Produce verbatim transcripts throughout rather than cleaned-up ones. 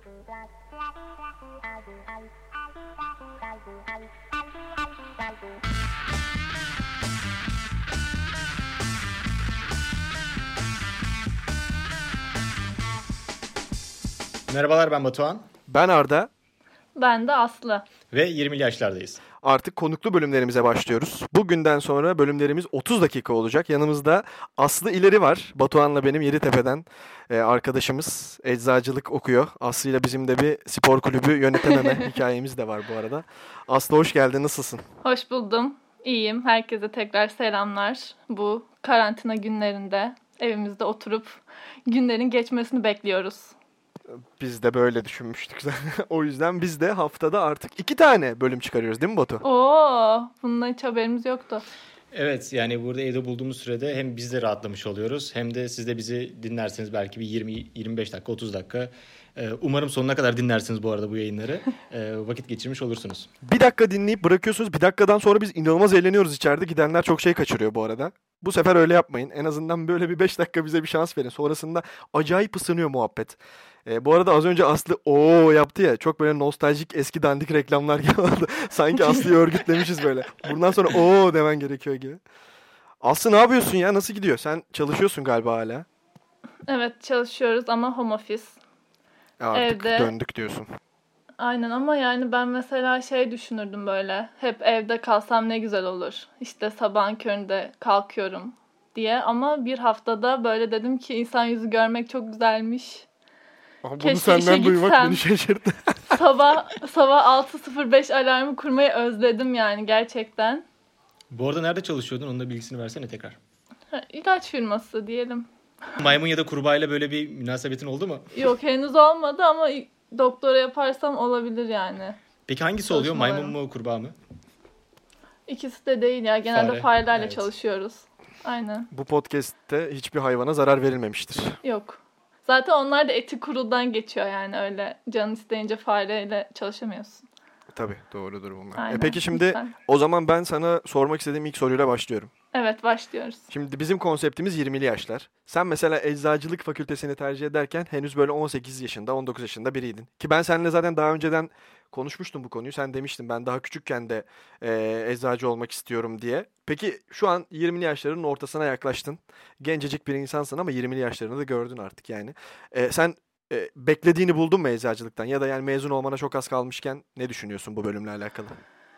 Merhabalar, ben Batuhan. Ben Arda. Ben de Aslı. Ve yirmili yaşlardayız. Artık konuklu bölümlerimize başlıyoruz. Bugünden sonra bölümlerimiz otuz dakika olacak. Yanımızda Aslı İleri var. Batuhan'la benim Yeditepe'den e, arkadaşımız. Eczacılık okuyor. Aslı ile bizim de bir spor kulübü yönetememe hikayemiz de var bu arada. Aslı hoş geldin. Nasılsın? Hoş buldum. İyiyim. Herkese tekrar selamlar. Bu karantina günlerinde evimizde oturup günlerin geçmesini bekliyoruz. Biz de böyle düşünmüştük. O yüzden biz de haftada artık iki tane bölüm çıkarıyoruz değil mi Batu? Oo, bundan hiç haberimiz yoktu. Evet, yani burada evde bulduğumuz sürede hem biz de rahatlamış oluyoruz hem de siz de bizi dinlerseniz belki bir yirmi yirmi beş dakika otuz dakika. Umarım sonuna kadar dinlersiniz bu arada bu yayınları. Vakit geçirmiş olursunuz. Bir dakika dinleyip bırakıyorsunuz. Bir dakikadan sonra biz inanılmaz eğleniyoruz içeride. Gidenler çok şey kaçırıyor bu arada. Bu sefer öyle yapmayın. En azından böyle bir beş dakika bize bir şans verin. Sonrasında acayip ısınıyor muhabbet. E, bu arada az önce Aslı ooo yaptı ya. Çok böyle nostaljik eski dandik reklamlar gibi oldu. Sanki Aslı'yı örgütlemişiz böyle. Bundan sonra ooo demen gerekiyor gibi. Aslı ne yapıyorsun ya? Nasıl gidiyor? Sen çalışıyorsun galiba hala. Evet, çalışıyoruz ama home office. Artık Evde döndük diyorsun. Aynen ama yani ben mesela şey düşünürdüm böyle. Hep evde kalsam ne güzel olur. İşte sabahın köründe kalkıyorum diye. Ama bir haftada böyle dedim ki insan yüzü görmek çok güzelmiş. Aha, bunu Keşke senden işe duymak gitsem. beni şaşırttı. Sabah sabah altı sıfır beş alarmı kurmayı özledim yani gerçekten. Bu arada nerede çalışıyordun? Onun da bilgisini versene tekrar. Ha, ilaç firması diyelim. Maymun ya da kurbağayla böyle bir münasebetin oldu mu? Yok henüz olmadı ama doktora yaparsam olabilir yani. Peki hangisi oluyor? Maymun mu kurbağa mı? İkisi de değil ya. Genelde Fare, farelerle evet. çalışıyoruz. Aynen. Bu podcast'te hiçbir hayvana zarar verilmemiştir. Yok. Zaten onlar da etik kuruldan geçiyor yani öyle canın isteyince fareyle çalışamıyorsun. Tabii doğrudur bunlar. Aynen, E peki şimdi lütfen. o zaman ben sana sormak istediğim ilk soruyla başlıyorum. Evet başlıyoruz. Şimdi bizim konseptimiz yirmili yaşlar. Sen mesela eczacılık fakültesini tercih ederken henüz böyle on sekiz yaşında, on dokuz yaşında biriydin. Ki ben seninle zaten daha önceden konuşmuştum bu konuyu. Sen demiştin ben daha küçükken de e, eczacı olmak istiyorum diye. Peki şu an yirmili yaşlarının ortasına yaklaştın. Gencecik bir insansın ama yirmili yaşlarını da gördün artık yani. E, sen e, beklediğini buldun mu eczacılıktan? Ya da yani mezun olmana çok az kalmışken ne düşünüyorsun bu bölümle alakalı?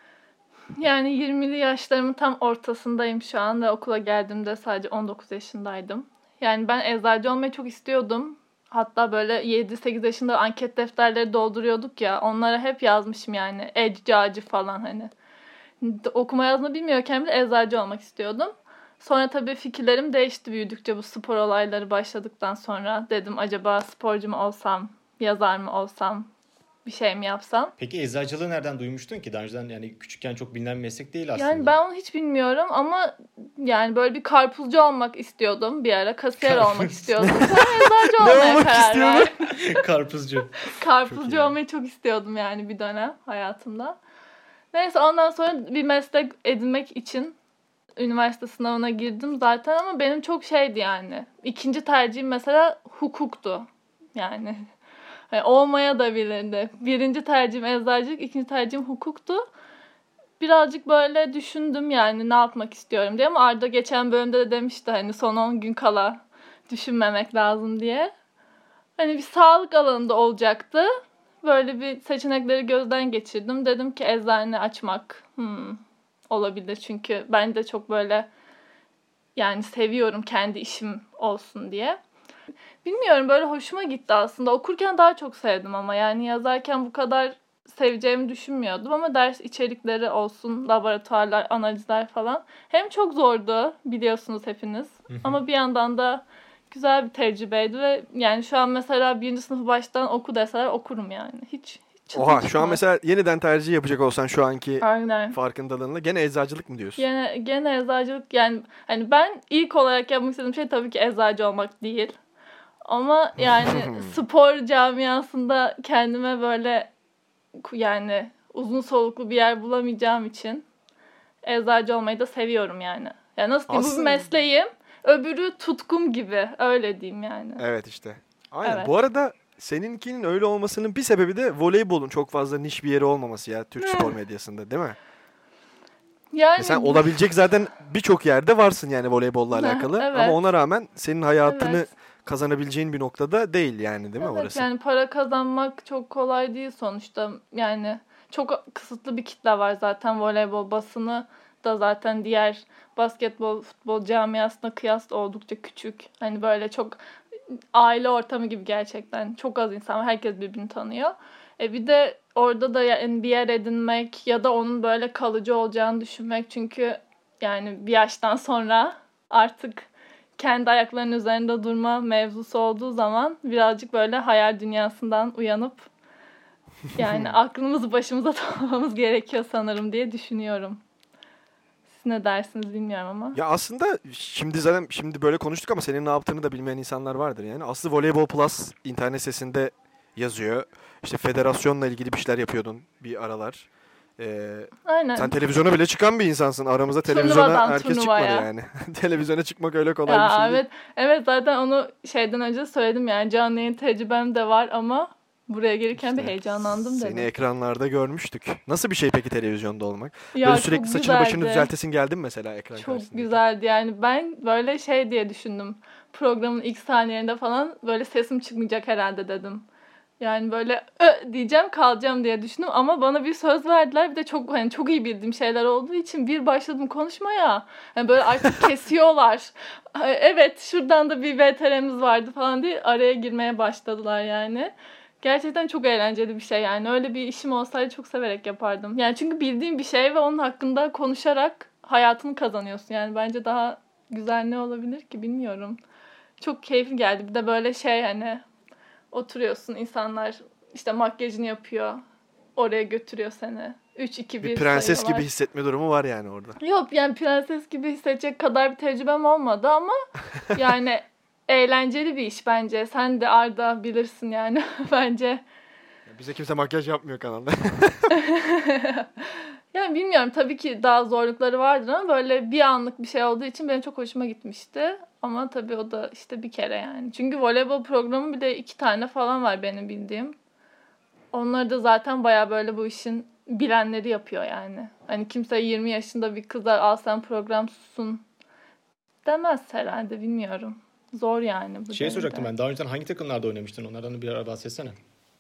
Yani yirmili yaşlarımın tam ortasındayım şu an ve okula geldiğimde sadece on dokuz yaşındaydım. Yani ben eczacı olmayı çok istiyordum. Hatta böyle yedi sekiz yaşında anket defterleri dolduruyorduk ya. Onlara hep yazmışım yani eczacı falan hani. Okuma yazma bilmiyorken bile eczacı olmak istiyordum. Sonra tabii fikirlerim değişti büyüdükçe bu spor olayları başladıktan sonra. Dedim acaba sporcu mu olsam, yazar mı olsam, bir şey mi yapsam? Peki eczacılığı nereden duymuştun ki? Daha önceden yani küçükken çok bilinen bir meslek değil aslında. Yani ben onu hiç bilmiyorum ama yani böyle bir karpuzcu olmak istiyordum bir ara. Kasiyer olmak istiyordum. Sonra eczacı olmaya olmak karar istiyordun? verdim. Karpuzcu. Karpuzcu olmayı çok istiyordum yani bir dönem hayatımda. Neyse ondan sonra bir meslek edinmek için üniversite sınavına girdim zaten ama benim çok şeydi yani. İkinci tercihim mesela hukuktu. Yani, yani olmaya da bilirdi. Birinci tercihim eczacılık, ikinci tercihim hukuktu. Birazcık böyle düşündüm yani ne yapmak istiyorum diye ama Arda geçen bölümde de demişti hani son on gün kala düşünmemek lazım diye. Hani bir sağlık alanında olacaktı. Böyle bir seçenekleri gözden geçirdim. Dedim ki eczane açmak hmm, olabilir. Çünkü ben de çok böyle yani seviyorum kendi işim olsun diye. Bilmiyorum böyle hoşuma gitti aslında. Okurken daha çok sevdim ama yani yazarken bu kadar seveceğimi düşünmüyordum. Ama ders içerikleri olsun, laboratuvarlar, analizler falan. Hem çok zordu biliyorsunuz hepiniz. Ama bir yandan da güzel bir tecrübeydi ve yani şu an mesela birinci sınıfı baştan oku deseler okurum yani. Hiç, hiç Oha hiç şu an çıkmaz. mesela yeniden tercih yapacak olsan şu anki Aynen. farkındalığınla gene eczacılık mı diyorsun? Gene, gene eczacılık yani hani ben ilk olarak yapmak istediğim şey tabii ki eczacı olmak değil. Ama yani spor camiasında kendime böyle yani uzun soluklu bir yer bulamayacağım için eczacı olmayı da seviyorum yani. Yani nasıl diyeyim Aslında- bu bir mesleğim. Öbürü tutkum gibi öyle diyeyim yani. Evet işte. Aynen. Evet. Bu arada Seninkinin öyle olmasının bir sebebi de voleybolun çok fazla niş bir yeri olmaması ya Türk spor medyasında, değil mi? Yani E sen olabilecek zaten birçok yerde varsın yani voleybolla alakalı. Evet. Ama ona rağmen senin hayatını Evet. kazanabileceğin bir noktada değil yani, değil mi Evet, orası? yani para kazanmak çok kolay değil sonuçta. Yani çok kısıtlı bir kitle var zaten, voleybol basını da zaten diğer basketbol, futbol camiasına kıyasla oldukça küçük. Hani böyle çok aile ortamı gibi gerçekten. Çok az insan var. Herkes birbirini tanıyor. E bir de orada da yani bir yer edinmek ya da onun böyle kalıcı olacağını düşünmek. Çünkü yani bir yaştan sonra artık kendi ayaklarının üzerinde durma mevzusu olduğu zaman birazcık böyle hayal dünyasından uyanıp yani aklımızı başımıza toplamamız gerekiyor sanırım diye düşünüyorum. Siz ne dersiniz bilmiyorum ama. Ya aslında şimdi zaten şimdi böyle konuştuk ama senin ne yaptığını da bilmeyen insanlar vardır yani. Aslı Voleybol Plus internet sitesinde yazıyor. İşte federasyonla ilgili bir şeyler yapıyordun bir aralar. Ee, Aynen. sen televizyona bile çıkan bir insansın. Aramızda televizyona Turnuvadan herkes çıkmadı turnuvaya. yani. Televizyona çıkmak öyle kolay Ya bir şey değil. evet, evet zaten onu şeyden önce söyledim yani canlı yayın tecrübem de var ama buraya gelirken İşte bir heyecanlandım seni dedim. ekranlarda görmüştük. Nasıl bir şey peki televizyonda olmak? Ya Böyle sürekli çok saçını başını güzeldi. düzeltesin geldi mi mesela ekran Çok karşısında? güzeldi yani ben böyle şey diye düşündüm. Programın ilk saniyelerinde falan böyle sesim çıkmayacak herhalde dedim. Yani böyle ö diyeceğim kalacağım diye düşündüm ama bana bir söz verdiler. Bir de çok hani çok iyi bildiğim şeyler olduğu için bir başladım konuşmaya. Yani böyle artık kesiyorlar. Evet şuradan da bir V T R'miz vardı falan diye araya girmeye başladılar yani. Gerçekten çok eğlenceli bir şey yani. Öyle bir işim olsaydı çok severek yapardım. Yani çünkü bildiğin bir şey ve onun hakkında konuşarak hayatını kazanıyorsun. Yani bence daha güzel ne olabilir ki bilmiyorum. Çok keyifli geldi. Bir de böyle şey hani oturuyorsun, insanlar işte makyajını yapıyor. Oraya götürüyor seni. üç iki bir Bir prenses sayıyorlar. gibi hissetme durumu var yani orada. Yok yani prenses gibi hissedecek kadar bir tecrübem olmadı ama yani eğlenceli bir iş bence. Sen de Arda bilirsin yani bence. Bize kimse makyaj yapmıyor kanalda. Yani bilmiyorum tabii ki daha zorlukları vardır ama böyle bir anlık bir şey olduğu için benim çok hoşuma gitmişti. Ama tabii o da işte bir kere yani. Çünkü voleybol programı bir de iki tane falan var benim bildiğim. Onları da zaten baya böyle bu işin bilenleri yapıyor yani. Hani kimse yirmi yaşında bir kıza al sen program sun demez herhalde bilmiyorum. Zor yani bu Şey devirde. soracaktım ben. Daha önceden hangi takımlarda oynamıştın? Onlardan bir ara bahsetsene.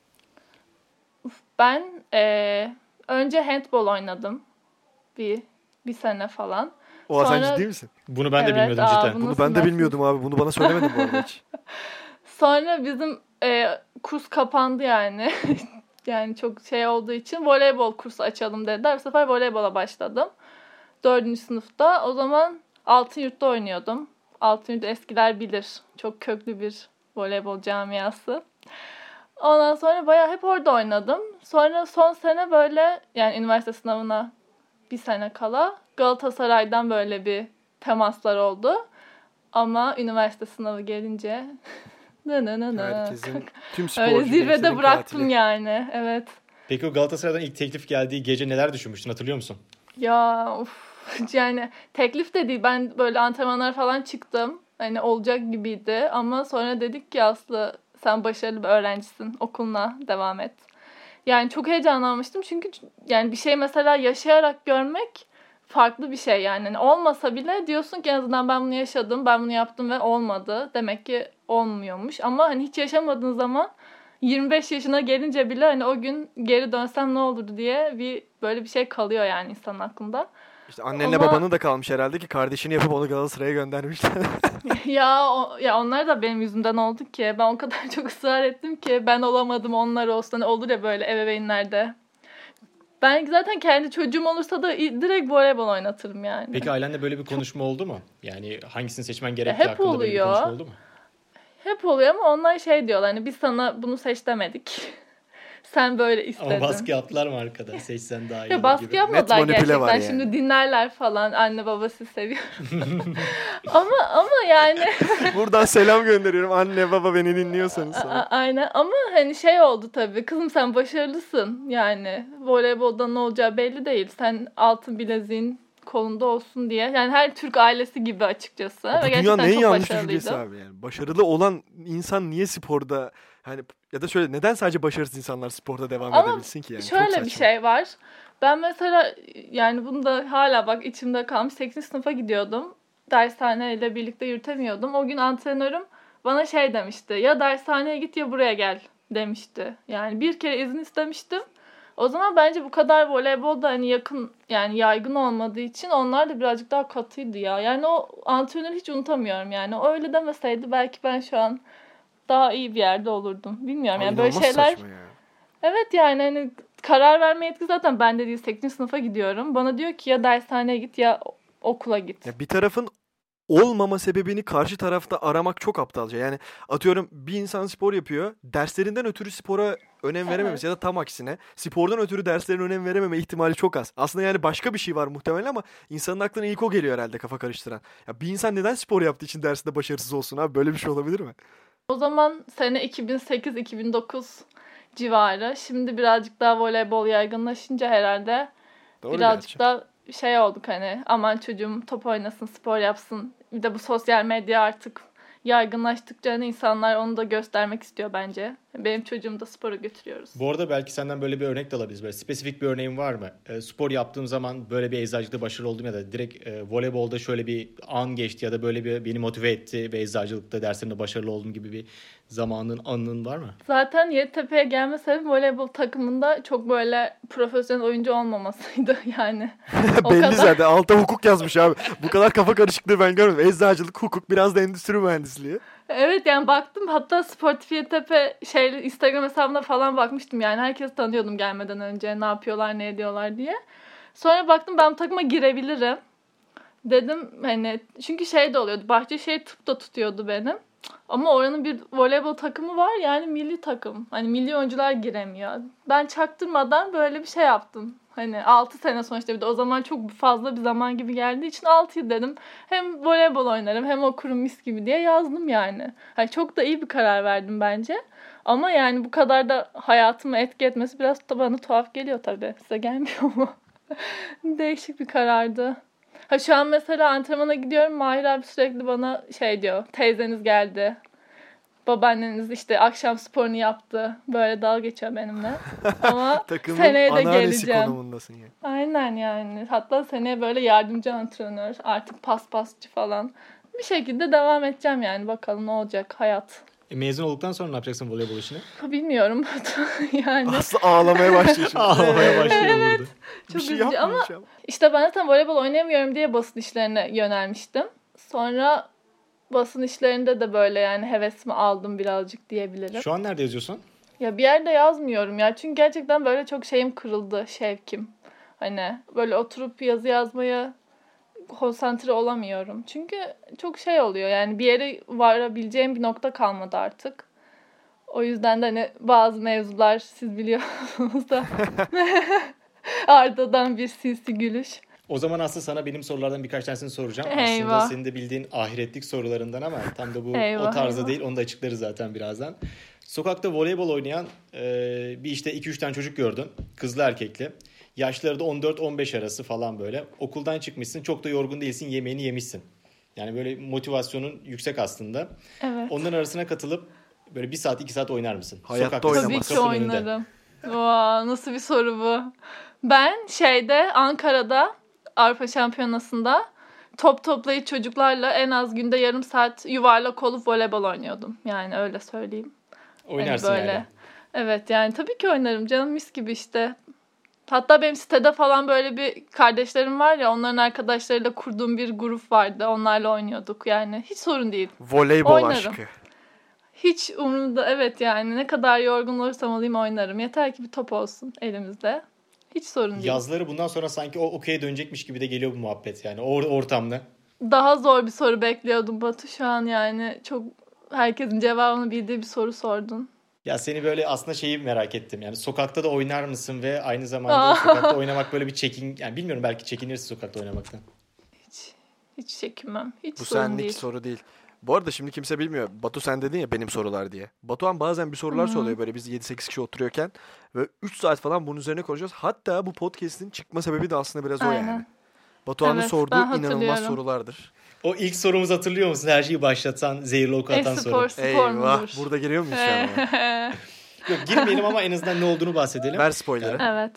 Ben eee, önce handball oynadım. Bir, bir sene falan. Oha sen Sonra- ciddi misin? Bunu ben de Evet, bilmiyordum aa, cidden. bunu- Bunu nasıl ben de ben- bilmiyordum abi. Bunu bana söylemedin bu arada hiç. Sonra bizim eee, kurs kapandı yani. Yani çok şey olduğu için voleybol kursu açalım dediler. Bu sefer voleybola başladım. Dördüncü sınıfta. O zaman Altınyurt'ta oynuyordum. Altınyurt eskiler bilir. Çok köklü bir voleybol camiası. Ondan sonra bayağı hep orada oynadım. Sonra son sene böyle yani üniversite sınavına bir sene kala Galatasaray'dan böyle bir temaslar oldu. Ama üniversite sınavı gelince nı nı nı nı. Herkesin tüm Öyle sporcu zirvede gençlerin bıraktım katili. yani. Evet. Peki o Galatasaray'dan ilk teklif geldiği gece neler düşünmüştün, hatırlıyor musun? Ya of yani teklif de değil. Ben böyle antrenmanlar falan çıktım. Hani olacak gibiydi. Ama sonra dedik ki Aslı sen başarılı bir öğrencisin. Okuluna devam et. Yani çok heyecanlanmıştım. Çünkü yani bir şey mesela yaşayarak görmek farklı bir şey yani. Hani olmasa bile diyorsun ki en azından ben bunu yaşadım. Ben bunu yaptım ve olmadı. Demek ki olmuyormuş. Ama hani hiç yaşamadığın zaman yirmi beş yaşına gelince bile hani o gün geri dönsem ne olurdu diye bir böyle bir şey kalıyor yani insanın aklında. İşte annenle Ama- babanın da kalmış herhalde ki kardeşini yapıp onu Galatasaray'a göndermişler. ya o, ya onlar da benim yüzümden oldu ki ben o kadar çok ısrar ettim ki ben olamadım onlar olsun. Hani olur ya böyle ebeveynlerde. Ben zaten kendi çocuğum olursa da direkt voleybol oynatırım yani. Peki ailenle böyle bir konuşma oldu mu? Yani hangisini seçmen gerektiği hep hakkında böyle bir oluyor. konuşma oldu mu? Hep oluyor ama onlar şey diyorlar hani biz sana bunu seç demedik. Sen böyle istedin. Ama baskı yaptılar mı arkada? Seçsen daha iyi Ya olur baskı gibi. yapmadılar Net manipüle gerçekten. var yani. Şimdi dinlerler falan. Anne babası seviyorum. ama ama yani Buradan selam gönderiyorum anne baba beni dinliyorsanız. a- sana. a- aynen ama hani şey oldu tabii. Kızım sen başarılısın. Yani voleybolda ne olacağı belli değil. Sen altın bileziğin kolunda olsun diye. Yani her Türk ailesi gibi açıkçası. Bu Ve dünyanın gerçekten en çok yanlış başarılıydı. düşüncesi abi yani. Başarılı olan insan niye sporda hani ya da şöyle neden sadece başarısız insanlar sporda devam Ama edebilsin ki yani? Çok şöyle saçma. bir şey var. Ben mesela yani bunu da hala bak içimde kalmış. sekizinci sınıfa gidiyordum. Dershaneyle birlikte yürütemiyordum. O gün antrenörüm bana şey demişti. Ya dershaneye git ya buraya gel demişti. Yani bir kere izin istemiştim. O zaman bence bu kadar voleybolda hani yakın yani yaygın olmadığı için onlar da birazcık daha katıydı ya. Yani o antrenörü hiç unutamıyorum yani. O öyle demeseydi belki ben şu an daha iyi bir yerde olurdum. Bilmiyorum Ay, yani böyle inanılmaz şeyler. saçma ya. Evet yani hani karar verme yetki zaten bende değil. sekizinci sınıfa gidiyorum. Bana diyor ki ya dershaneye git ya okula git. Ya bir tarafın olmama sebebini karşı tarafta aramak çok aptalca. Yani atıyorum bir insan spor yapıyor. Derslerinden ötürü spora önem verememesi ya da tam aksine spordan ötürü derslerine önem verememe ihtimali çok az. Aslında yani başka bir şey var muhtemelen ama insanın aklına ilk o geliyor herhalde kafa karıştıran. Ya bir insan neden spor yaptığı için dersinde başarısız olsun abi? Böyle bir şey olabilir mi? O zaman sene iki bin sekiz iki bin dokuz civarı. Şimdi birazcık daha voleybol yaygınlaşınca herhalde Doğru birazcık gerçi. daha şey olduk hani aman çocuğum top oynasın, spor yapsın. Bir de bu sosyal medya artık yaygınlaştıkça hani insanlar onu da göstermek istiyor bence. Benim çocuğumu da spora götürüyoruz. Bu arada belki senden böyle bir örnek de alabiliriz. Böyle spesifik bir örneğin var mı? E, spor yaptığım zaman böyle bir eczacılıkta başarılı oldum ya da direkt e, voleybolda şöyle bir an geçti ya da böyle bir beni motive etti ve eczacılıkta derslerimde başarılı oldum gibi bir zamanın, anın var mı? Zaten Yeditepe'ye gelme sebebim voleybol takımında çok böyle profesyonel oyuncu olmamasıydı yani. O Belli kadar. zaten. Alta hukuk yazmış abi. Bu kadar kafa karışıklığı ben görmedim. Eczacılık, hukuk, biraz da endüstri mühendisliği. Evet yani baktım hatta Sportif Yeditepe şey Instagram hesabına falan bakmıştım yani herkes tanıyordum gelmeden önce ne yapıyorlar ne ediyorlar diye. Sonra baktım ben bu takıma girebilirim. Dedim hani çünkü şey de oluyordu Bahçeşehir tıp da tutuyordu benim. Ama oranın bir voleybol takımı var yani milli takım. Hani milli oyuncular giremiyor. Ben çaktırmadan böyle bir şey yaptım. Hani altı sene sonuçta bir de o zaman çok fazla bir zaman gibi geldiği için altı yıl dedim. Hem voleybol oynarım hem okurum mis gibi diye yazdım yani. Hani çok da iyi bir karar verdim bence. Ama yani bu kadar da hayatımı etki etmesi biraz da bana tuhaf geliyor tabii. Size gelmiyor mu? Değişik bir karardı. Ha şu an mesela antrenmana gidiyorum. Mahir abi sürekli bana şey diyor. Teyzeniz geldi. Babaanneniz işte akşam sporunu yaptı. Böyle dalga geçiyor benimle. Ama Takımın seneye de anneannesi geleceğim. konumundasın yani. Aynen yani. Hatta seneye böyle yardımcı antrenör. Artık paspasçı falan. Bir şekilde devam edeceğim yani. Bakalım ne olacak hayat. E, mezun olduktan sonra ne yapacaksın voleybol işini? Bilmiyorum. yani. Aslı ağlamaya başlıyor şimdi. Ağlamaya başlıyor burada. Bir Çok şey üzücü ama yapmayacağım. işte ben zaten voleybol oynayamıyorum diye basın işlerine yönelmiştim. Sonra basın işlerinde de böyle yani hevesimi aldım birazcık diyebilirim. Şu an nerede yazıyorsun? Ya bir yerde yazmıyorum ya. Çünkü gerçekten böyle çok şeyim kırıldı, şevkim. Hani böyle oturup yazı yazmaya konsantre olamıyorum. Çünkü çok şey oluyor yani bir yere varabileceğim bir nokta kalmadı artık. O yüzden de hani bazı mevzular siz biliyorsunuz da Arda'dan bir sinsi gülüş. O zaman aslında sana benim sorulardan birkaç tanesini soracağım. Aslında Eyvah. senin de bildiğin ahiretlik sorularından ama tam da bu Eyvah, o tarzda eyvah. değil. Onu da açıklarız zaten birazdan. Sokakta voleybol oynayan e, bir işte iki üç tane çocuk gördün. Kızlı erkekli. Yaşları da on dört on beş arası falan böyle. Okuldan çıkmışsın. Çok da yorgun değilsin. Yemeğini yemişsin. Yani böyle motivasyonun yüksek aslında. Evet. Onların arasına katılıp böyle bir saat iki saat oynar mısın? Hayatta Sokakta, oynamaz. Tabii ki kapının önünde. oynarım. Vaa, nasıl bir soru bu? Ben şeyde Ankara'da Avrupa Şampiyonası'nda top toplayıp çocuklarla en az günde yarım saat yuvarlak olup voleybol oynuyordum. Yani öyle söyleyeyim. Oynarsın Hani böyle. yani. Evet yani tabii ki oynarım canım mis gibi işte. Hatta benim sitede falan böyle bir kardeşlerim var ya onların arkadaşlarıyla kurduğum bir grup vardı. Onlarla oynuyorduk yani hiç sorun değil. Voleybol Oynarım. aşkı. Hiç umurumda evet yani ne kadar yorgun olursam olayım oynarım. Yeter ki bir top olsun elimizde. Hiç sorun değil. Yazları bundan sonra sanki o okey'e dönecekmiş gibi de geliyor bu muhabbet yani. O ortamda. Daha zor bir soru bekliyordum Batu şu an yani çok herkesin cevabını bildiği bir soru sordun. Ya seni böyle aslında şeyi merak ettim. Yani sokakta da oynar mısın ve aynı zamanda sokakta oynamak böyle bir çekin... Yani bilmiyorum belki çekinirsin sokakta oynamaktan. Hiç hiç çekinmem. Hiç Bu sorun senlik değil. soru değil. Bu arada şimdi kimse bilmiyor. Batu sen dedin ya benim sorular diye. Batuhan bazen bir sorular Hı-hı. soruyor böyle biz yedi sekiz kişi oturuyorken. Ve üç saat falan bunun üzerine konuşuyoruz. Hatta bu podcast'in çıkma sebebi de aslında biraz o Aynen. yani. Batuhan'ın Evet, sorduğu ben inanılmaz hatırlıyorum. sorulardır. O ilk sorumuzu hatırlıyor musun? Her şeyi başlatan, zehirli oku atan E-spor, soru. spor Eyvah, mudur? burada giriyor muyuz şu an ama? Yok, girmeyelim ama en azından ne olduğunu bahsedelim. Ver spoiler'ı. Evet.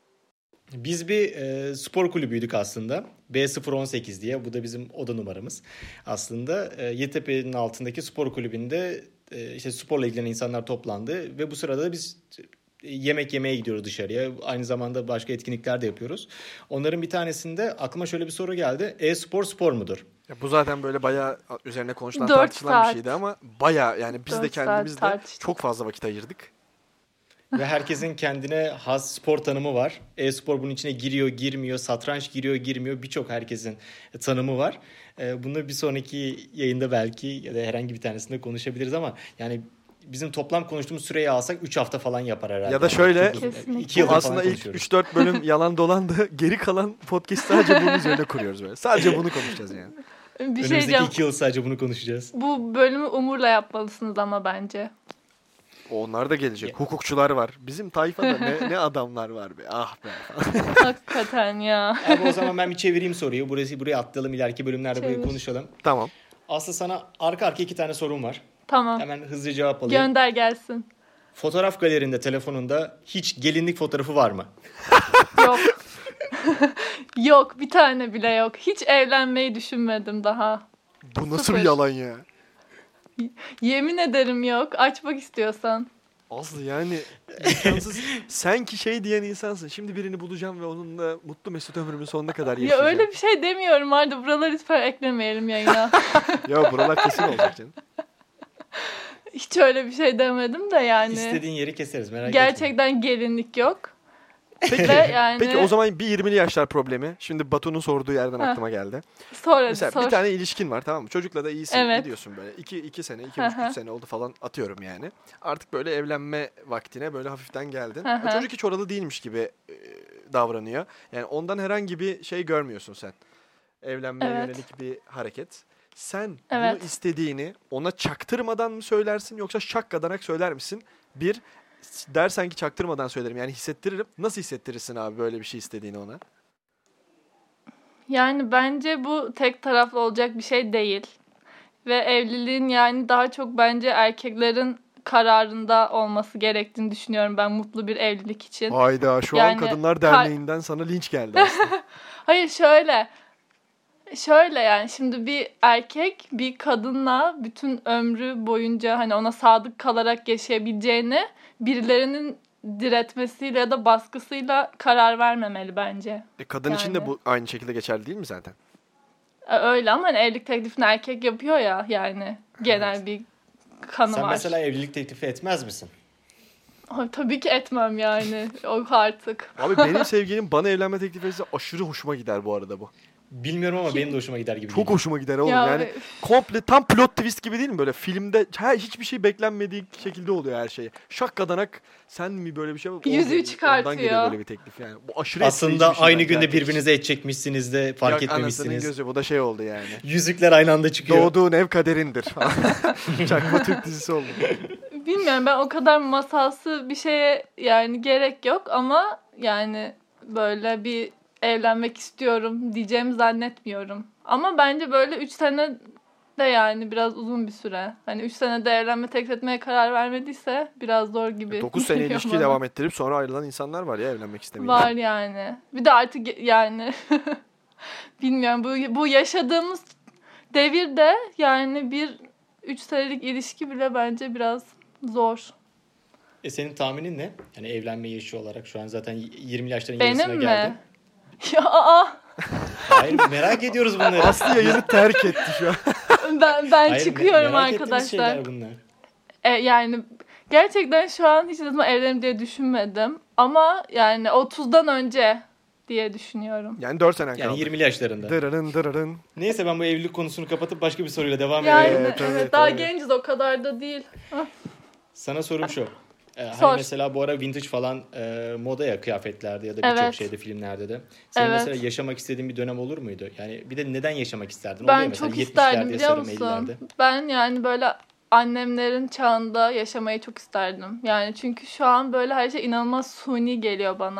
Biz bir e, spor kulübüydük aslında. B sıfır on sekiz diye. Bu da bizim oda numaramız. Aslında e, Yeditepe'nin altındaki spor kulübünde e, işte sporla ilgilenen insanlar toplandı. Ve bu sırada da biz e, yemek yemeye gidiyoruz dışarıya. Aynı zamanda başka etkinlikler de yapıyoruz. Onların bir tanesinde aklıma şöyle bir soru geldi. E-spor spor mudur? Ya bu zaten böyle bayağı üzerine konuşulan Dört tartışılan bir saat. şeydi ama bayağı yani biz de Dört saat kendimiz de tartıştık. çok fazla vakit ayırdık. Ve herkesin kendine has spor tanımı var. E-spor bunun içine giriyor, girmiyor. Satranç giriyor, girmiyor. Birçok herkesin tanımı var. Ee, Bunu bir sonraki yayında belki ya da herhangi bir tanesinde konuşabiliriz ama yani bizim toplam konuştuğumuz süreyi alsak üç hafta falan yapar herhalde. Ya da şöyle, Çok uzun. Kesinlikle. iki yıldır Aslında falan ilk konuşuyoruz. üç dört bölüm yalan dolandı. Geri kalan podcast sadece bunun üzerine kuruyoruz böyle. Sadece bunu konuşacağız yani. Bir şey Önümüzdeki diyeceğim. iki yıl sadece bunu konuşacağız. Bu bölümü Umur'la yapmalısınız ama bence. Onlar da gelecek. Hukukçular var. Bizim tayfada ne, ne adamlar var be. Ah be. Hakikaten ya. Abi o zaman ben bir çevireyim soruyu. Burası buraya atlayalım. İleriki bölümlerde burayı Çevir. konuşalım. Tamam. Aslı sana arka arkaya iki tane sorum var. Tamam. Hemen hızlı cevap alayım. Gönder gelsin. Fotoğraf galerinde, telefonunda hiç gelinlik fotoğrafı var mı? Yok. Yok, bir tane bile yok. Hiç evlenmeyi düşünmedim daha. Bu nasıl Sıfır. bir yalan ya? Yemin ederim yok. Açmak istiyorsan. Aslı yani imkansız. Sen ki şey diyen insansın. Şimdi birini bulacağım ve onunla mutlu mesut ömrümün sonuna kadar Ya yaşayacağım. öyle bir şey demiyorum Arda. Buraları lütfen eklemeyelim yayına. Ya buralar kesin olacak canım. Hiç öyle bir şey demedim de yani. İstediğin yeri keseriz, merak etme. Gerçekten gelinlik yok. Peki, Ve yani... peki o zaman bir yirmili yaşlar problemi. Şimdi Batu'nun sorduğu yerden Heh. aklıma geldi. Sor hadi Mesela sor. bir tane ilişkin var, tamam mı? Çocukla da iyisin, Evet. gidiyorsun böyle. İki, iki sene, iki Hı buçuk, hı. üç sene oldu falan atıyorum yani. Artık böyle evlenme vaktine böyle hafiften geldin. Hı hı. O çocuk hiç oralı değilmiş gibi e, davranıyor. Yani ondan herhangi bir şey görmüyorsun sen. Evlenmeye Evet. yönelik bir hareket. Sen Evet. bunu istediğini ona çaktırmadan mı söylersin yoksa şakkadanak söyler misin? Bir, dersen ki çaktırmadan söylerim yani hissettiririm. Nasıl hissettirirsin abi böyle bir şey istediğini ona? Yani bence bu tek taraflı olacak bir şey değil. Ve evliliğin yani daha çok bence erkeklerin kararında olması gerektiğini düşünüyorum ben mutlu bir evlilik için. Hayda şu an Yani Kadınlar kar- Derneği'nden sana linç geldi aslında. Hayır şöyle. Şöyle yani şimdi bir erkek bir kadınla bütün ömrü boyunca hani ona sadık kalarak yaşayabileceğini birilerinin diretmesiyle ya da baskısıyla karar vermemeli bence. E, kadın için de Yani. bu aynı şekilde geçerli değil mi zaten? E, Öyle ama hani evlilik teklifini erkek yapıyor ya yani genel bir kanı Sen var. mesela evlilik teklifi etmez misin? Ay, tabii ki etmem yani o artık. Abi benim sevgilim bana evlenme teklif etse aşırı hoşuma gider bu arada bu. Bilmiyorum ama benim de hoşuma gider gibi Çok geliyor. hoşuma gider oğlum Ya, yani. üf. Komple tam plot twist gibi değil mi böyle filmde her hiçbir şey beklenmediği şekilde oluyor her şey. Şakkadanak sen mi böyle bir şey? Yüzüğü Ondan- çıkartıyor. Ondan geliyor böyle bir teklif yani. Bu aşırı etkileyici Aslında bir şey aynı bence günde erkek için. birbirinize edecekmişsiniz de fark Yok, anasının etmemişsiniz. gözü bu da şey oldu yani. Yüzükler aynı anda çıkıyor. Doğduğun ev kaderindir. Çakma Türk dizisi oldu. Bilmiyorum ben o kadar masalsı bir şeye yani gerek yok ama yani böyle bir evlenmek istiyorum diyeceğimi zannetmiyorum. Ama bence böyle üç sene de yani biraz uzun bir süre. Hani üç senede evlenme teklif etmeye karar vermediyse biraz zor gibi. dokuz sene geliyor ilişki bana. devam ettirip sonra ayrılan insanlar var ya evlenmek istemeyen. Var yani. Bir de artık ge- yani bilmiyorum bu, bu yaşadığımız devirde yani bir üç senelik ilişki bile bence biraz zor. E senin tahminin ne? Yani evlenme yaşı olarak şu an zaten yirmi yaşların Benim yarısına mi? geldin. Ya aa, Hayır, merak ediyoruz bunları. Aslı yayını terk etti şu an. ben ben Hayır, me- çıkıyorum merak ettiğimiz arkadaşlar. şeyler bunlar. E, yani gerçekten şu an hiç zaman evlenirim diye düşünmedim. Ama yani otuzdan önce diye düşünüyorum. Yani dört senen Yani kaldı. yirmili yaşlarında. Dırırın dırırın. Neyse ben bu evlilik konusunu kapatıp başka bir soruyla devam Yani ediyorum. evet, Evet, evet, daha evet. genciz o kadar da değil. Sana sorum şu. Ee, hani Sor. mesela bu ara vintage falan e, moda ya kıyafetlerde ya da birçok Evet. şeyde, filmlerde de. Senin Evet. mesela yaşamak istediğin bir dönem olur muydu? Yani bir de neden yaşamak isterdin? Ben Oluyor mesela çok yetmişlerde isterdim biliyor yaşarım, musun? ellilerde. Ben yani böyle annemlerin çağında yaşamayı çok isterdim. Yani çünkü şu an böyle her şey inanılmaz suni geliyor bana.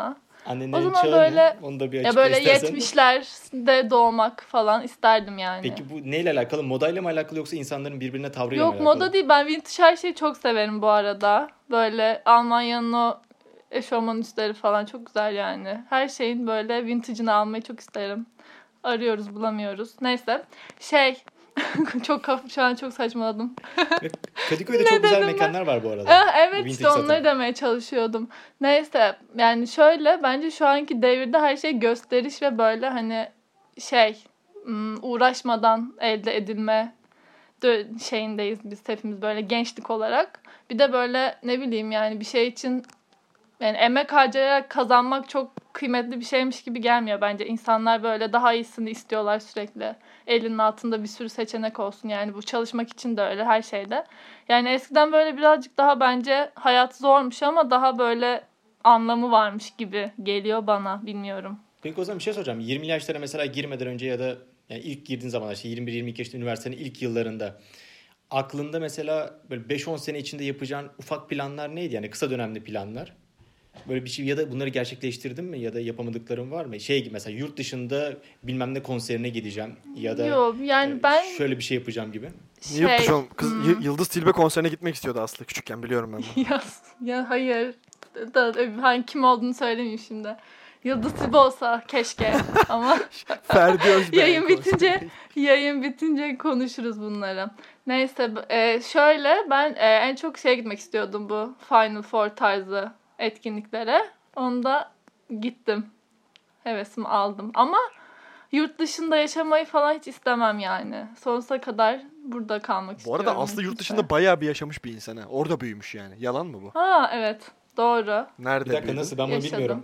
Annenlerin O zaman çağı böyle ne? Onu da bir ya açıkla böyle istersen. yetmişlerde doğmak falan isterdim yani. Peki bu neyle alakalı? Modayla mı alakalı yoksa insanların birbirine tavrıyla mı Yok alakalı? moda değil, ben vintage her şeyi çok severim bu arada. Böyle Almanya'nın o eşofman üstleri falan çok güzel yani. Her şeyin böyle vintage'ını almayı çok isterim. Arıyoruz bulamıyoruz. Neyse şey çok kaf şu an çok saçmaladım. Ve Kadıköy'de çok güzel dedim ben? mekanlar var bu arada. Eh, evet Vintage işte onları satan. demeye çalışıyordum. Neyse yani şöyle bence şu anki devirde her şey gösteriş ve böyle hani şey ım, uğraşmadan elde edilme dö- şeyindeyiz biz hepimiz böyle gençlik olarak. Bir de böyle ne bileyim yani bir şey için yani emek harcayarak kazanmak çok kıymetli bir şeymiş gibi gelmiyor bence. İnsanlar böyle daha iyisini istiyorlar sürekli. Elinin altında bir sürü seçenek olsun. Yani bu çalışmak için de öyle her şeyde. Yani eskiden böyle birazcık daha bence hayat zormuş ama daha böyle anlamı varmış gibi geliyor bana. Bilmiyorum. Peki o zaman bir şey soracağım. yirmi yaşlara mesela girmeden önce ya da yani ilk girdiğin zamanlar işte yirmi bir yirmi iki yaşında üniversitenin ilk yıllarında aklında mesela böyle beş on sene içinde yapacağın ufak planlar neydi? Yani kısa dönemli planlar. Böyle bir şey ya da bunları gerçekleştirdin mi ya da yapamadıkların var mı? Şey gibi mesela yurt dışında bilmem ne konserine gideceğim ya da Yok yani e, ben şöyle bir şey yapacağım gibi. şey... Yurt dışı ol- Kız, hmm. Y- Yıldız Tilbe konserine gitmek istiyordu Aslı küçükken, biliyorum ben bunu. ya, ya hayır. Da, da, hani kim olduğunu söylemeyeyim şimdi. Yıldız Tilbe olsa keşke ama Ferdi Özbeğen yayın konseri. bitince yayın bitince konuşuruz bunları. Neyse e, şöyle ben e, en çok şeye gitmek istiyordum bu Final Four tarzı etkinliklere. Onda gittim. Hevesimi aldım ama yurt dışında yaşamayı falan hiç istemem yani. Sonsuza kadar burada kalmak Bu istiyorum. arada Aslı yurt mümkünse. dışında bayağı bir yaşamış bir insan ha. Orada büyümüş yani. Yalan mı bu? Ha evet doğru. Nerede Bir dakika büyüdün? nasıl ben bunu Yaşadım. bilmiyorum.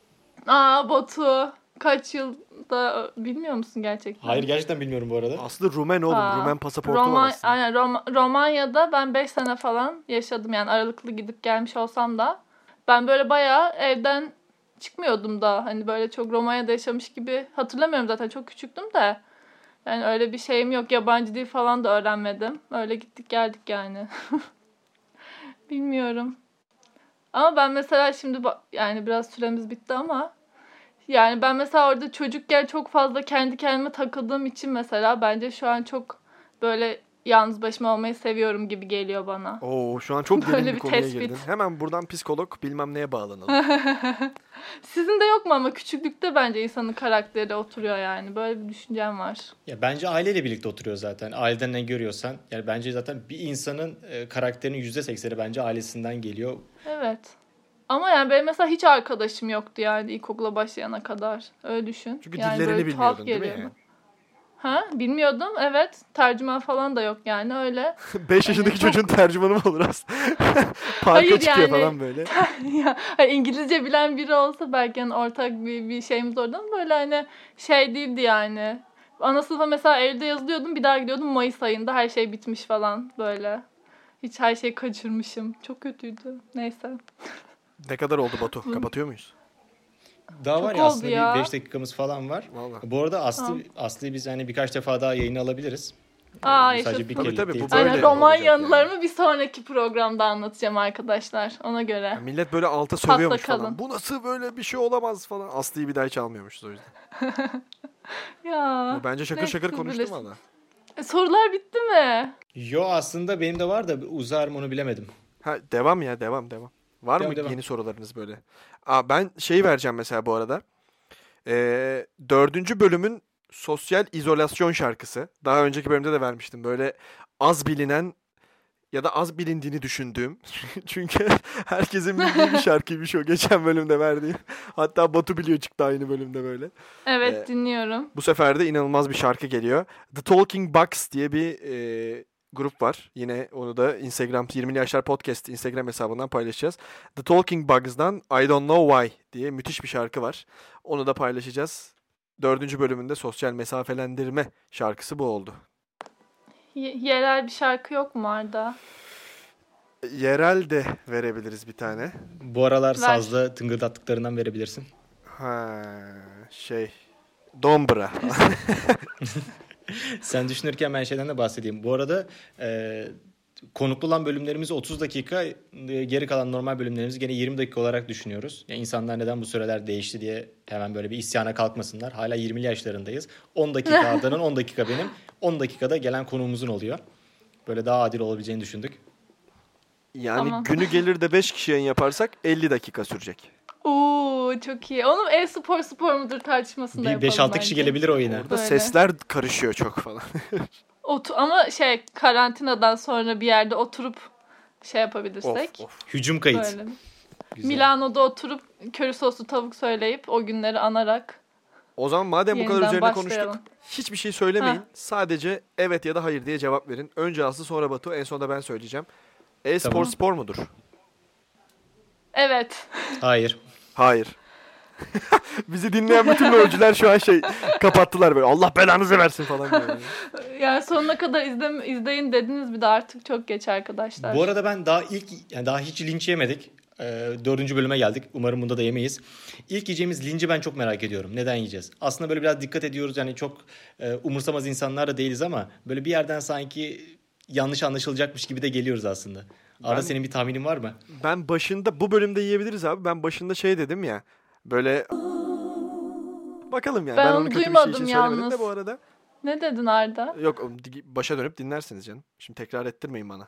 Aa Batu kaç yılda bilmiyor musun gerçekten? Hayır gerçekten bilmiyorum bu arada. Aslı Rumen oğlum. Aa, Rumen pasaportu Roma- var aslında. Aynen Roma- Romanya'da ben beş sene falan yaşadım yani aralıklı gidip gelmiş olsam da ben böyle bayağı evden çıkmıyordum da hani böyle çok Romanya'da yaşamış gibi hatırlamıyorum zaten çok küçüktüm de yani öyle bir şeyim yok, yabancı dil falan da öğrenmedim, öyle gittik geldik yani. Bilmiyorum ama ben mesela şimdi ba- yani biraz süremiz bitti ama yani ben mesela orada çocukken çok fazla kendi kendime takıldığım için mesela bence şu an çok böyle yalnız başıma olmayı seviyorum gibi geliyor bana. Oo, şu an çok derin Böyle bir bir konuya tespit. girdin. Hemen buradan psikolog bilmem neye bağlanalım. Sizin de yok mu ama küçüklükte bence insanın karakteri oturuyor yani. Böyle bir düşüncem var. Ya bence aileyle birlikte oturuyor zaten. Aileden ne görüyorsan. Yani bence zaten bir insanın e, karakterinin yüzde sekseni bence ailesinden geliyor. Evet. Ama yani benim mesela hiç arkadaşım yoktu yani ilkokula başlayana kadar. Öyle düşün. Çünkü yani dillerini böyle tuhaf bilmiyordun değil mi geliyordu. yani? Ha, bilmiyordum. Evet. Tercüman falan da yok yani öyle. beş yaşındaki çok- çocuğun tercümanı mı olur aslında? Parka Hayır çıkıyor yani. falan böyle. ya, hani İngilizce bilen biri olsa belki hani ortak bir, bir şeyimiz orada ama böyle hani şey değildi yani. Ana sınıfa mesela evde yazılıyordum, bir daha gidiyordum Mayıs ayında her şey bitmiş falan böyle. Hiç her şeyi kaçırmışım. Çok kötüydü. Neyse. Ne kadar oldu Batu? Kapatıyor muyuz? Daha Çok var ya oldu aslında ya. bir beş dakikamız falan var. Vallahi. Bu arada Aslı Tamam. Aslı'yı biz hani birkaç defa daha yayına alabiliriz. Aa, Ee, Sadece yaşasın. bir Tabii, kere tabii, değil. bu böyle Aynen roman olacak yanılarımı bir sonraki programda anlatacağım arkadaşlar. Ona göre. Ya millet böyle alta sövüyormuş kalın. falan. Bu nasıl böyle bir şey olamaz falan. Aslı'yı bir daha hiç almıyormuşuz o yüzden. Ya. Ya bence şakır neyse, şakır siz konuştum bilirsiniz. valla. E, sorular bitti mi? Yo aslında benim de var da uzar mı onu bilemedim. Ha, devam ya, devam devam. Var Devam, mı devam. yeni sorularınız böyle? Aa, ben şeyi vereceğim mesela bu arada. Ee, dördüncü bölümün sosyal izolasyon şarkısı. Daha önceki bölümde de vermiştim. Böyle az bilinen ya da az bilindiğini düşündüğüm. Çünkü herkesin bildiği bir şarkıymış o geçen bölümde verdiğim. Hatta Batu biliyor çıktı aynı bölümde böyle. Evet Ee, dinliyorum. Bu sefer de inanılmaz bir şarkı geliyor. The Talking Box diye bir e, grup var. Yine onu da Instagram yirmili Yaşlar Podcast Instagram hesabından paylaşacağız. The Talking Bugs'dan I Don't Know Why diye müthiş bir şarkı var. Onu da paylaşacağız. Dördüncü bölümünde sosyal mesafelendirme şarkısı bu oldu. Y- yerel bir şarkı yok mu Arda? Yerel de verebiliriz bir tane. Bu aralar Ver. sazla tıngırdattıklarından verebilirsin. Ha, şey Dombra. Sen düşünürken ben şeyden de bahsedeyim. Bu arada e, konuklu olan bölümlerimizi otuz dakika, e, geri kalan normal bölümlerimizi gene yirmi dakika olarak düşünüyoruz. Yani insanlar neden bu süreler değişti diye hemen böyle bir isyana kalkmasınlar. Hala yirmili yaşlarındayız. on dakika Arda'nın, on dakika benim, on dakikada gelen konuğumuzun oluyor. Böyle daha adil olabileceğini düşündük. Yani Tamam. günü gelir de beş kişi yayın yaparsak elli dakika sürecek. Oo çok iyi. Onu e-spor spor mudur tartışmasında Bir yapalım beş altı kişi bence. gelebilir o yine. Orada Böyle. sesler karışıyor çok falan. Otu ama şey karantinadan sonra bir yerde oturup şey yapabilirsek. Of of. Hücum kayıt. Böyle. Güzel. Milano'da oturup köri soslu tavuk söyleyip o günleri anarak O zaman madem bu kadar yeniden üzerine başlayalım. konuştuk, hiçbir şey söylemeyin. Ha. Sadece evet ya da hayır diye cevap verin. Önce Aslı, sonra Batu, en son da ben söyleyeceğim. E-spor Tamam. spor mudur? Evet. Hayır. Hayır. Bizi dinleyen bütün lolcular şu an şey kapattılar böyle. Allah belanızı versin falan diyor. Yani sonuna kadar izle, izleyin dediniz bir de artık çok geç arkadaşlar. Bu arada ben daha ilk, yani daha hiç linç yemedik. Ee, dördüncü bölüme geldik. Umarım bunda da yemeyiz. İlk yiyeceğimiz linci ben çok merak ediyorum. Neden yiyeceğiz? Aslında böyle biraz dikkat ediyoruz. Yani çok e, umursamaz insanlar da değiliz ama böyle bir yerden sanki yanlış anlaşılacakmış gibi de geliyoruz aslında. Arada Ben- senin bir tahminin var mı? Ben başında bu bölümde yiyebiliriz abi. Ben başında şey dedim ya. Böyle bakalım yani. Ben Ben, onu onu kötü bir şey duymadım için söylemedim yalnız. de bu arada. Ne dedin Arda? Yok başa dönüp dinlersiniz canım. Şimdi tekrar ettirmeyin bana.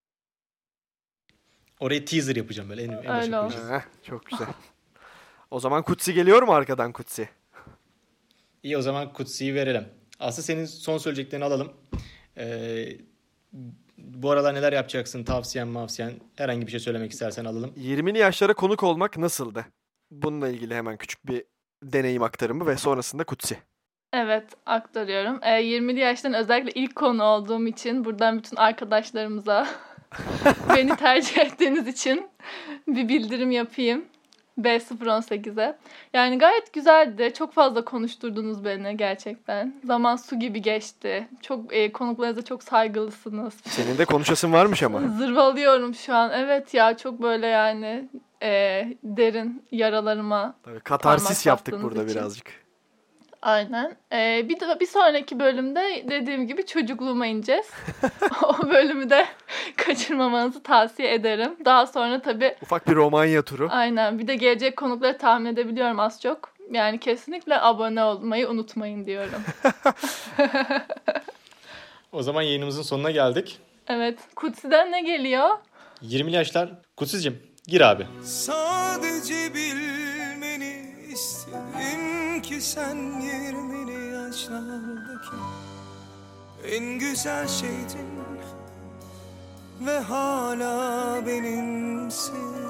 Oraya teaser yapacağım böyle. En, en başa Öyle koyacağız. Heh, çok güzel. O zaman Kutsi geliyor mu arkadan Kutsi? İyi, o zaman Kutsi'yi verelim. Aslı senin son söyleyeceklerini alalım. Ee, bu aralar neler yapacaksın? Tavsiyen, mavsiyen, herhangi bir şey söylemek istersen alalım. yirmili yaşlara konuk olmak nasıldı? Bununla ilgili hemen küçük bir deneyim aktarımı ve sonrasında Kutsi. Evet aktarıyorum. E, yirmili yaştan özellikle ilk konu olduğum için buradan bütün arkadaşlarımıza beni tercih ettiğiniz için bir bildirim yapayım. B sıfır on sekize. Yani gayet güzeldi. Çok fazla konuşturdunuz beni gerçekten. Zaman su gibi geçti. Çok e, konuklarınıza çok saygılısınız. Senin de konuşasın varmış ama. Zırvalıyorum şu an. Evet ya çok böyle yani e, derin yaralarıma. Tabii katarsis Parmak yaptık bastığınız burada için. birazcık. Aynen. Ee, bir, de- bir sonraki bölümde dediğim gibi çocukluğuma ineceğiz. O bölümü de kaçırmamanızı tavsiye ederim. Daha sonra tabii Ufak bir Romanya turu. aynen bir de gelecek konukları tahmin edebiliyorum az çok. Yani kesinlikle abone olmayı unutmayın diyorum. O zaman yayınımızın sonuna geldik. Evet. Kutsi'den ne geliyor? yirmili yaşlar. Kutsi'cim gir abi. Sadece bilmeni istedim ki sen yirmili yaşlardaki en güzel şeydin ve hala benimsin.